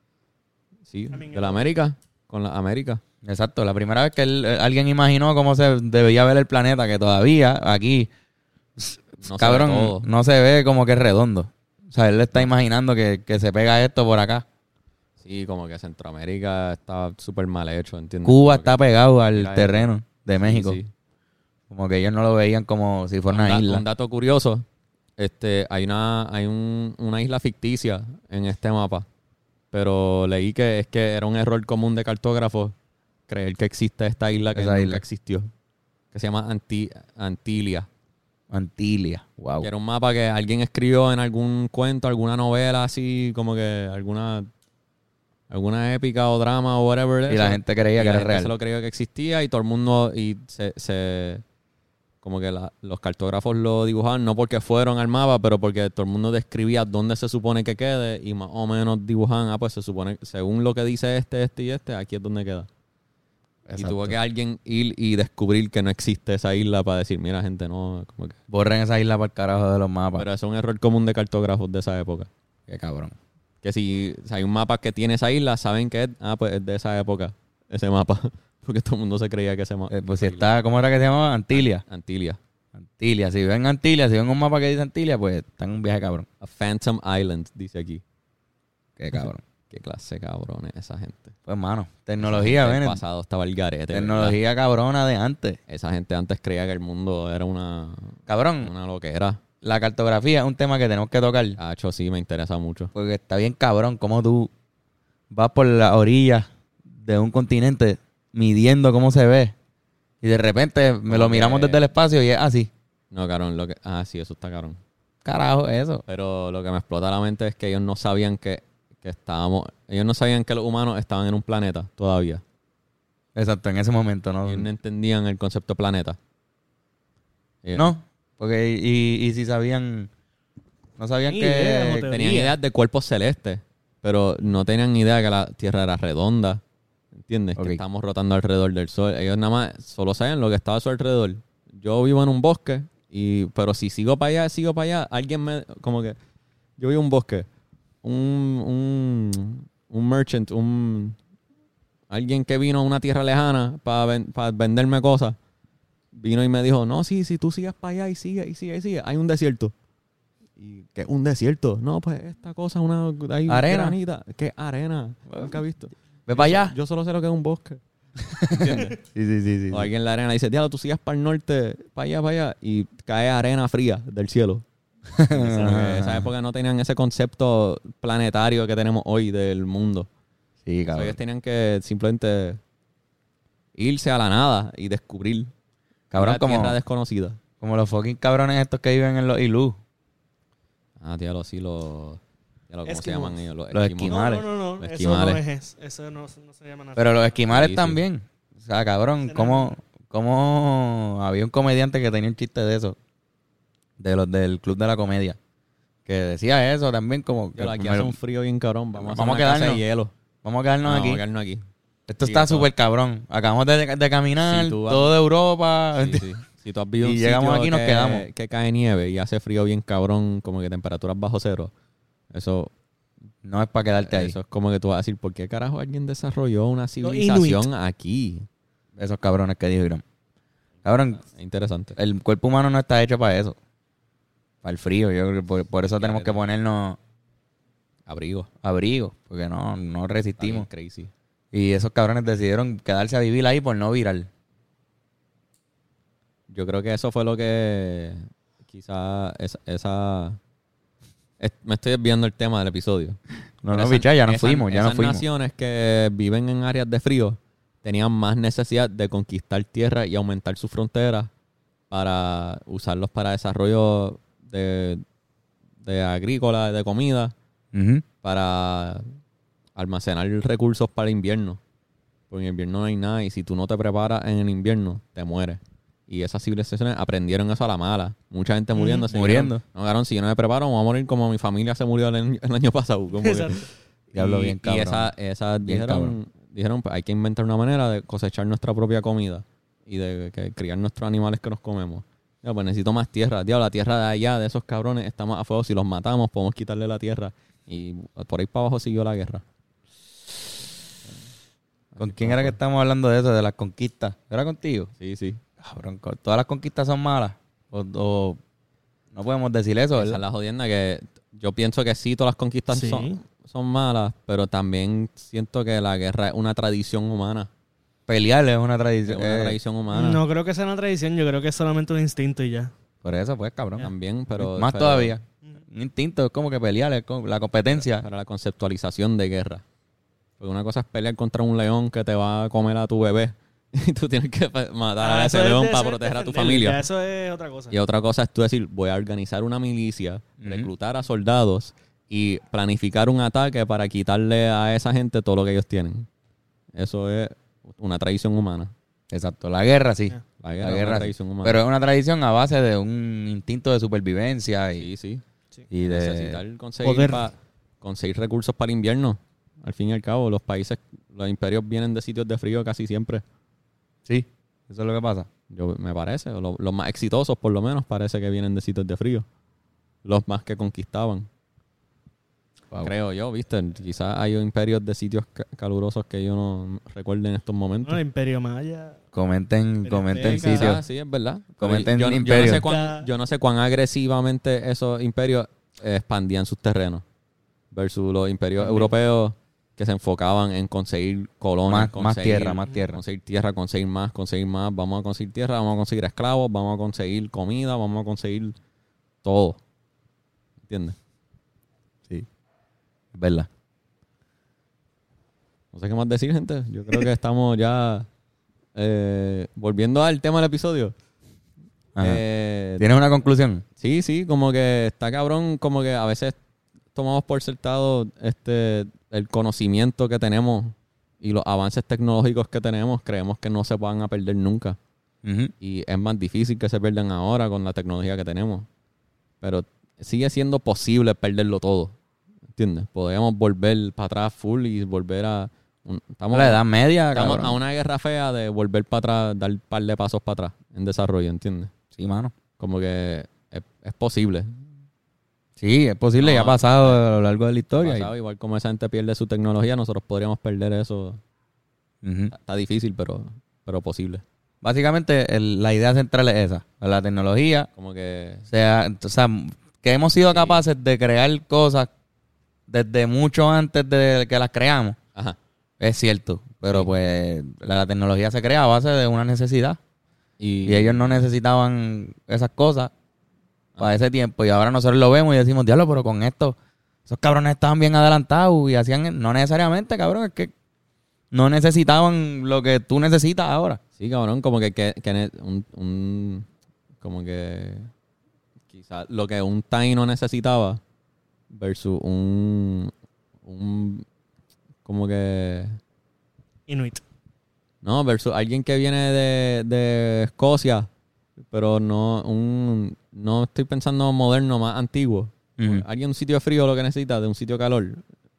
Sí, I mean, de la América. Con la América. Exacto, la primera vez que él- eh, alguien imaginó cómo se debía ver el planeta, que todavía aquí, No cabrón, se ve todo. no se ve como que es redondo. O sea, él está imaginando que, que se pega esto por acá. Sí, como que Centroamérica está súper mal hecho, ¿entiendes? Cuba Como está que- pegado al Mira terreno de Sí, México. sí. Como que ellos no lo veían como si fuera Un, una da- isla. un dato curioso, este, hay una, hay un- una isla ficticia en este mapa, pero leí que es que era un error común de cartógrafos creer que existe esta isla que Esa nunca isla. existió, que se llama Anti- Antilia, Antilia, wow. que era un mapa que alguien escribió en algún cuento, alguna novela así, como que alguna alguna épica o drama o whatever. de Y la eso. gente creía Y que la era gente real. se lo creía que existía y todo el mundo y se, se como que la- los cartógrafos lo dibujaban no porque fueron al mapa, pero porque todo el mundo describía dónde se supone que quede y más o menos dibujaban, ah, pues se supone, según lo que dice este, este y este, aquí es donde queda. Y Exacto. tuvo que alguien ir y descubrir que no existe esa isla para decir, mira gente, no, como que... Borren esa isla para el carajo de los mapas. Pero eso es un error común de cartógrafos de esa época. Qué cabrón. Que si, si hay un mapa que tiene esa isla, saben que es, ah, pues es de esa época, ese mapa. Porque todo el mundo se creía que ese mapa... Eh, pues si está, ¿cómo era que se llamaba? Antilia. Antilia. Antilia. Si ven Antilia, si ven un mapa que dice Antilia, pues está en un viaje cabrón. A Phantom Island, dice aquí. Qué cabrón. Qué clase cabrones esa gente. Pues, mano, tecnología, En el ven. pasado estaba el garete. ¿verdad? Tecnología cabrona de antes. Esa gente antes creía que el mundo era una, Cabrón, una loquera. la cartografía es un tema que tenemos que tocar. Hacho, sí, me interesa mucho. Porque está bien cabrón cómo tú vas por la orilla de un continente midiendo cómo se ve. Y de repente me lo Como miramos que- desde el espacio y es así. No, cabrón, lo que... Ah, sí, eso está cabrón. Carajo, eso. Pero lo que me explota la mente es que ellos no sabían que, que estábamos... Ellos no sabían que los humanos estaban en un planeta todavía. Exacto, en ese momento, ¿no? Ellos no entendían el concepto planeta. Ellos No, porque y, y si sabían, no sabían Ni que... idea, no te- Tenían Teoría. ideas de cuerpos celestes, pero no tenían idea que la Tierra era redonda. ¿Entiendes? Ok. Que estamos rotando alrededor del Sol. Ellos nada más solo saben lo que estaba a su alrededor. Yo vivo en un bosque, y pero si sigo para allá, sigo para allá, alguien me... Como que... Yo vivo en un bosque. Un, un, un merchant, un... Alguien que vino a una tierra lejana para venderme cosas. Vino y me dijo, no, sí, si tú sigues para allá y sigue, y sigue, y sigue, hay un desierto. ¿Y qué? ¿Un desierto? No, pues esta cosa es una... Hay Arena. granita. ¿Qué arena? Nunca he visto. Ve para allá. Yo solo sé lo que es un bosque. ¿Entiendes? Sí, sí, sí, sí. O alguien en la arena dice, diablo, tú sigas para el norte, para allá, para allá, y cae arena fría del cielo. En esa época no tenían ese concepto planetario que tenemos hoy del mundo. Sí, O sea, cabrón. ellos tenían que simplemente irse a la nada y descubrir Cabrón, una como, tierra desconocida. como los fucking cabrones estos que viven en los ilú. Ah, diablo, sí, los... diablo, ¿cómo se Esquimos. llaman ellos? Los, Los esquimos. No, esquimales. no, no, no. Los Eso esquimales. no es eso. Eso no, no se llama nada. Pero los esquimales Sí, sí. también. O sea, cabrón, Ese ¿cómo, cómo había un comediante que tenía un chiste de eso? De los del Club de la Comedia. Que decía eso también como... que Diablo, aquí me hace lo- un frío bien cabrón. Vamos, Vamos a a hacer una casa quedarnos. de hielo. Vamos a quedarnos Ah, aquí. Vamos a quedarnos aquí. Esto Sí, está eso- súper cabrón. Acabamos de, de caminar Sí, tú vas- todo de Europa. Sí, sí. Si tú has vivido Y un llegamos sitio aquí y nos que, quedamos. que cae nieve y hace frío bien cabrón, como que temperaturas bajo cero, eso, No es para quedarte ahí. eso es como que tú vas a decir, ¿por qué carajo alguien desarrolló una civilización aquí? Esos cabrones que dijo Irán. Cabrón, Es interesante. el cuerpo humano no está hecho para eso. Para el frío. Yo creo que por, por eso tenemos que ponernos Abrigo. abrigos. Porque no, no Está bien resistimos. crazy. Y esos cabrones decidieron quedarse a vivir ahí por no virar. Yo creo que eso fue lo que quizá esa... esa- es- me estoy desviando el tema del episodio. No, Pero no, esas- bicha, ya nos esas- fuimos, ya nos esas fuimos. naciones que viven en áreas de frío tenían más necesidad de conquistar tierra y aumentar sus fronteras para usarlos para desarrollo de, de agrícola, de comida, Ujú. para almacenar recursos para el invierno. Porque en invierno no hay nada y si tú no te preparas en el invierno, te mueres. Y esas civilizaciones aprendieron eso a la mala. Mucha gente muriendo. Mm, muriendo. Dijeron, no, cabrón, si yo no me preparo, voy a morir como mi familia se murió el, año- el año pasado. Como que- Exacto. Diablo, y, bien y cabrón. esa, esa Bien dijeron, cabrón. dijeron pues, hay que inventar una manera de cosechar nuestra propia comida y de que, criar nuestros animales que nos comemos. Ya, pues necesito más tierra. Diablo, la tierra de allá, de esos cabrones, está más a fuego. Si los matamos, podemos quitarle la tierra. Y por ahí para abajo siguió la guerra. ¿Con quién era que estamos hablando de eso, de las conquistas? ¿Era contigo? Sí, sí. Cabrón, co- todas las conquistas son malas. O, o- no podemos decir eso, Esa es ¿verdad? la jodienda que yo pienso que sí, todas las conquistas Sí. son, son malas, pero también siento que la guerra es una tradición humana. Pelear es una Es tradición. una eh, tradición humana. No creo que sea una tradición, yo creo que es solamente un instinto y ya. Por eso, pues, cabrón. También, pero... Más pero- todavía. Un instinto es como que pelear, es como la competencia. Para la conceptualización de guerra. Porque una cosa es pelear contra un león que te va a comer a tu bebé y tú tienes que pe- matar a Ah, ese eso es león de- para eso es proteger a tu defenderlo, familia. ya eso es otra cosa. Y otra cosa es tú decir, voy a organizar una milicia, Ujú. reclutar a soldados y planificar un ataque para quitarle a esa gente todo lo que ellos tienen. Eso es una tradición humana. Exacto, la guerra sí. Ya. La guerra, La es guerra una sí. tradición humana. Pero es una tradición a base de un instinto de supervivencia y, sí, sí. y de... Necesitar conseguir, Poder. pa- conseguir recursos para el invierno. Al fin y al cabo, los países, los imperios vienen de sitios de frío casi siempre. Sí, eso es lo que pasa. Yo, me parece. o lo- los más exitosos, por lo menos, parece que vienen de sitios de frío. Los más que conquistaban. Wow. Creo yo, ¿viste? Quizás hay imperios de sitios ca- calurosos que yo no recuerdo en estos momentos. No, el Imperio Maya. Comenten, Pero comenten Azteca. sitios. Ah, sí, es verdad. Comenten yo, yo no imperios. sé cuán, yo no sé cuán agresivamente esos imperios eh, expandían sus terrenos versus los imperios También. europeos que se enfocaban en conseguir colonias, Más- más conseguir- tierra, más tierra. conseguir tierra, conseguir más, conseguir más. Vamos a conseguir tierra, vamos a conseguir esclavos, vamos a conseguir comida, vamos a conseguir todo. ¿Entiendes? Sí, es verdad. No sé qué más decir, gente. Yo creo que estamos ya eh, volviendo al tema del episodio. Ajá. Eh, ¿Tienes una conclusión? Sí, sí, como que está cabrón, como que a veces tomamos por sentado este el conocimiento que tenemos y los avances tecnológicos que tenemos, creemos que no se van a perder nunca. Ujú. Y es más difícil que se pierdan ahora con la tecnología que tenemos. Pero sigue siendo posible perderlo todo. ¿Entiendes? Podemos volver para atrás full y volver a... un- estamos La edad media, estamos cabrón. a una guerra fea de volver para atrás, dar un par de pasos para atrás en desarrollo, ¿entiendes? Sí, mano. Como que es, es posible. Sí, es posible, No, ya ha pasado a lo largo de la historia. Pasado, igual como esa gente pierde su tecnología, nosotros podríamos perder eso. y- Ujú. Está difícil, pero, pero posible. Básicamente, el- la idea central es esa. La tecnología, Como que... o sea, o sea, que hemos sido Sí. capaces de crear cosas desde mucho antes de que las creamos. Ajá. Es cierto, pero Sí. pues la, la tecnología se crea a base de una necesidad. Y, Y ellos no necesitaban esas cosas para ese tiempo. Y ahora nosotros lo vemos y decimos, diablo, pero con esto, esos cabrones estaban bien adelantados y hacían... No necesariamente, cabrón, es que no necesitaban lo que tú necesitas ahora. Sí, cabrón, como que, que, que ne- un, un- como que quizás lo que un taíno necesitaba versus un, un como que Inuit. no, versus alguien que viene de, de Escocia, pero no un no estoy pensando moderno, más antiguo. Ujú. Alguien de un sitio frío lo que necesita de un sitio de calor.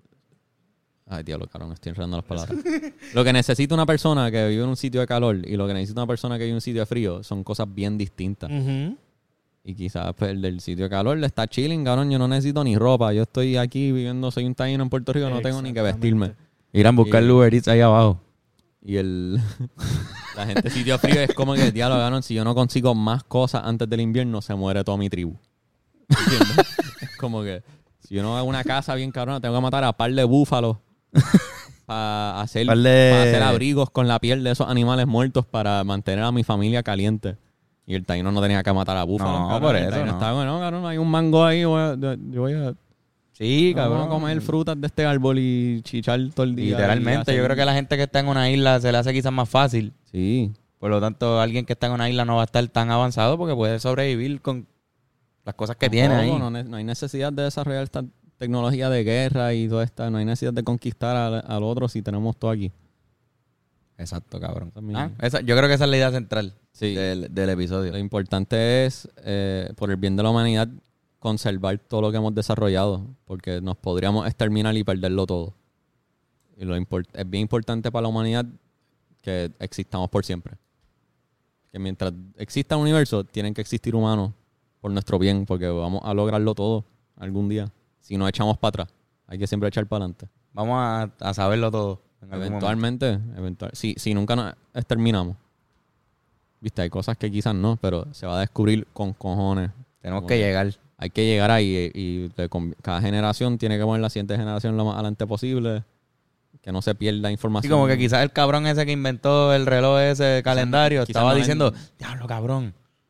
Ay, diablo, cabrón, estoy enredando las palabras. Lo que necesita una persona que vive en un sitio de calor y lo que necesita una persona que vive en un sitio de frío son cosas bien distintas. Ujú. Y quizás pues, el del sitio de calor le está chilling, cabrón. Yo no necesito ni ropa. Yo estoy aquí viviendo, soy un taíno en Puerto Rico, no tengo ni que vestirme. Ir a buscar Y- el Uber Eats ahí abajo. Y el la gente de sitio frío es como que, diablo, cabrón, si yo no consigo más cosas antes del invierno, se muere toda mi tribu. ¿Entiendes? Es como que si yo no hago una casa bien cabrona, tengo que matar a par de búfalos para hacer, Par de- para hacer abrigos con la piel de esos animales muertos para mantener a mi familia caliente. Y el taíno no tenía que matar a búfalos. No, cabrón. por El eso taíno no. estaba, bueno, cabrón, hay un mango ahí, voy a- yo voy a, Sí, cabrón, cabrón. a comer frutas de este árbol y chichar todo el día. Literalmente, y yo hacer- creo que la gente que está en una isla se le hace quizás más fácil. Sí. Por lo tanto, alguien que está en una isla no va a estar tan avanzado porque puede sobrevivir con las cosas que tiene ahí. Tampoco, No, ne- no hay necesidad de desarrollar esta tecnología de guerra y todo esta. No hay necesidad de conquistar al, al otro si tenemos todo aquí. Exacto, cabrón. Esa es mi- Ah, esa- yo creo que esa es la idea central Sí. del, del episodio. Lo importante es, eh, por el bien de la humanidad, conservar todo lo que hemos desarrollado, porque nos podríamos exterminar y perderlo todo. Y lo import- es bien importante para la humanidad que existamos por siempre. Que mientras exista un universo, tienen que existir humanos por nuestro bien, porque vamos a lograrlo todo algún día. Si no echamos para atrás, hay que siempre echar para adelante. Vamos a, a saberlo todo. En algún momento. Eventualmente, eventual, si, si nunca nos exterminamos, viste, hay cosas que quizás no, pero se va a descubrir con cojones. Tenemos Como que llegar. Hay que llegar ahí y, y de con- cada generación tiene que poner la siguiente generación lo más adelante posible, que no se pierda Sí, información. como que quizás el cabrón ese que inventó el reloj ese calendario quizás estaba no diciendo, es- diablo, cabrón.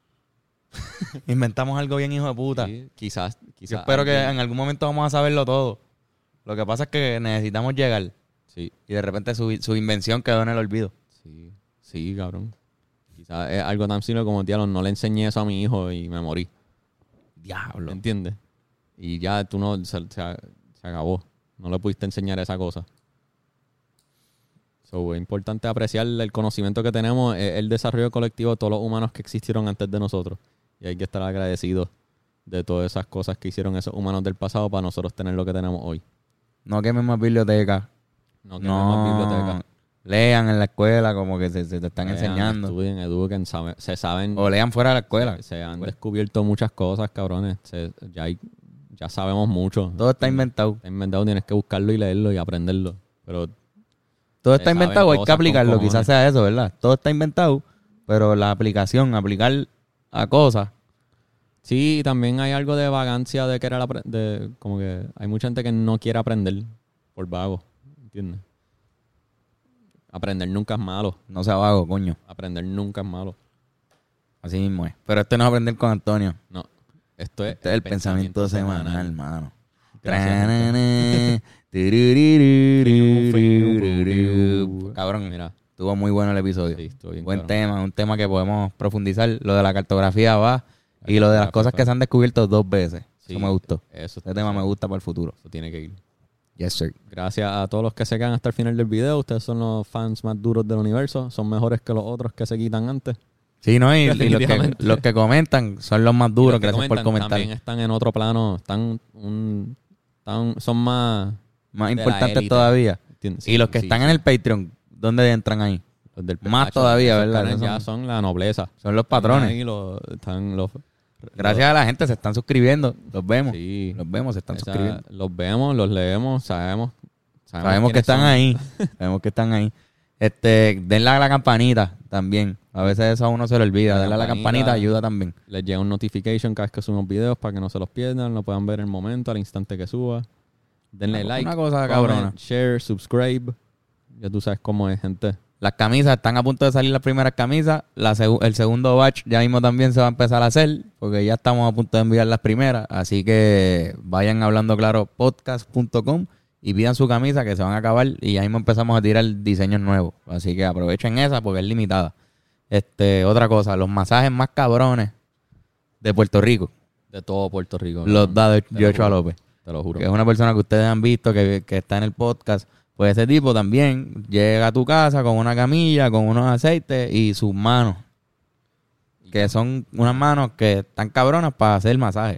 Inventamos algo bien hijo de puta. Sí, quizás, quizás Yo espero que alguien- en algún momento vamos a saberlo todo. Lo que pasa es que necesitamos llegar. Sí, Y de repente su, su invención quedó en el olvido. sí, sí, cabrón. Quizás es algo tan simple como, diablo, no le enseñé eso a mi hijo y me morí. Diablo. ¿Entiendes? Y ya tú no, se, se, se acabó. No le pudiste enseñar esa cosa. So, es importante apreciar el conocimiento que tenemos, eh, el desarrollo colectivo de todos los humanos que existieron antes de nosotros. Y hay que estar agradecidos de todas esas cosas que hicieron esos humanos del pasado para nosotros tener lo que tenemos hoy. No quemen más bibliotecas. No No, quememos bibliotecas. lean en la escuela como que se, se te están Lean, enseñando. Estudien, eduquen, sabe- se saben. O lean fuera de la escuela. Se han Pues, descubierto muchas cosas, cabrones. Se- ya, hay- ya sabemos mucho. todo está inventado. Está inventado, tienes que buscarlo y leerlo y aprenderlo. Pero Todo Se está saben inventado, hay que cosas con aplicarlo. cojones. Quizás sea eso, ¿verdad? Todo está inventado, pero la aplicación, aplicar a cosas. sí, también hay algo de vagancia de querer aprender. Como que hay mucha gente que no quiere aprender por vago. ¿Entiendes? Aprender nunca es malo. No sea vago, coño. Aprender nunca es malo. Así mismo es. Pero esto no es aprender con Antonio. No. Esto es, Este es el pensamiento semanal, mano. Gracias, gente. Cabrón, Mira, estuvo muy bueno el episodio. sí, estoy bien Buen cabrón. tema, un tema que podemos profundizar. Lo de la cartografía va. Y lo de las cartografía cosas va. que se han descubierto dos veces. Sí, Eso me gustó. Eso, Este tema me gusta para el futuro. Eso tiene que ir. Yes, sir. Gracias a todos los que se quedan hasta el final del video. Ustedes son los fans más duros del universo. Son mejores que los otros que se quitan antes. Sí, ¿no? Y, y los, que, Definitivamente. los que comentan son los más Y duros. los que Gracias por comentan comentar. También están en otro plano. Están un, están, son más... Más de la importantes élite. todavía. ¿entiendes? Y los que Sí, están sí. en el Patreon, ¿dónde entran ahí? Los del más Petacho, todavía, esos ¿verdad? canes Esos ya son- son la nobleza. Son los Están patrones. ahí los- están los, Gracias a la gente se están suscribiendo. Los vemos. Sí. Los vemos, se están Esa- suscribiendo. los vemos, los leemos, sabemos. Sabemos que quiénes están son. ahí. Sabemos que están ahí. Este, denle a la campanita también. A veces eso a uno se le olvida. La Denle a la campanita. campanita ayuda también. Les llega un notification cada vez que subimos videos para que no se los pierdan, lo puedan ver en el momento, al instante que suba. Denle Una- like, una cosa comment, cabrona. share, subscribe. Ya tú sabes cómo es, gente. Las camisas, están a punto de salir las primeras camisas. La segu- el segundo batch ya mismo también se va a empezar a hacer, porque ya estamos a punto de enviar las primeras. Así que vayan a hablando claro podcast punto com y pidan su camisa que se van a acabar y ya mismo empezamos a tirar diseños nuevos. Así que aprovechen esa porque es limitada. Este, otra cosa, los masajes más cabrones de Puerto Rico De todo Puerto Rico. los cabrón. da de Te lo Joshua juro. López, Te lo juro. que es una persona que ustedes han visto que, que está en el podcast. Pues ese tipo también llega a tu casa con una camilla, con unos aceites y sus manos. Que son unas manos que están cabronas para hacer masaje.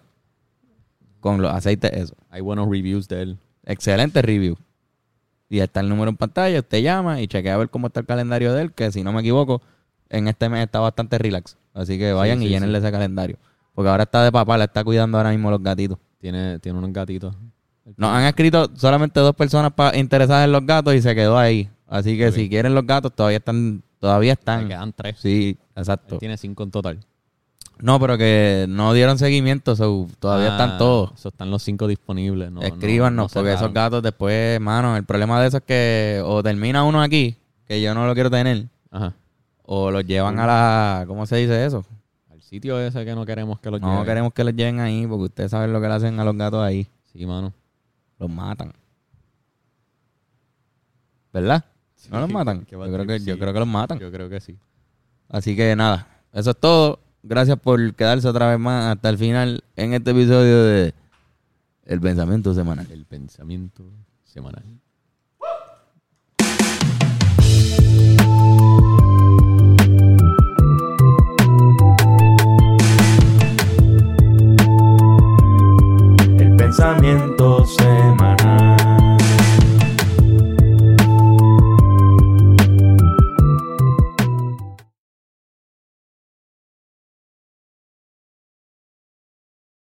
Con los aceites, eso. Hay buenos reviews de él. Excelente review. Y está el número en pantalla, usted llama y chequea a ver cómo está el calendario de él, que si no me equivoco, en este mes está bastante relax. Así que vayan Sí, y sí, llénenle ese calendario. Porque ahora está de papá, le está cuidando ahora mismo los gatitos. Tiene, tiene unos gatitos. Nos han escrito solamente dos personas pa- interesadas en los gatos y se quedó ahí. Así que Ok. si quieren los gatos, todavía están, todavía Le están. quedan tres. Sí, Él exacto. tiene cinco en total. No, pero que no dieron seguimiento, so, todavía Ah, están todos. so están los cinco disponibles. No, Escríbanos, no- no porque esos cerraron. gatos después, mano, el problema de eso es que o termina uno aquí, que yo no lo quiero tener, Ajá. o los llevan a la, ¿cómo se dice eso? Al sitio ese que no queremos que los No lleven. queremos que los lleven ahí, porque ustedes saben lo que le hacen a los gatos ahí. Sí, mano. Los matan. ¿Verdad? ¿No los Sí, matan? qué Yo bad creo trip, que, yo sí. creo que los matan. Yo creo que sí. Así que nada, eso es todo. Gracias por quedarse otra vez más hasta el final en este episodio de El pensamiento semanal. El pensamiento semanal.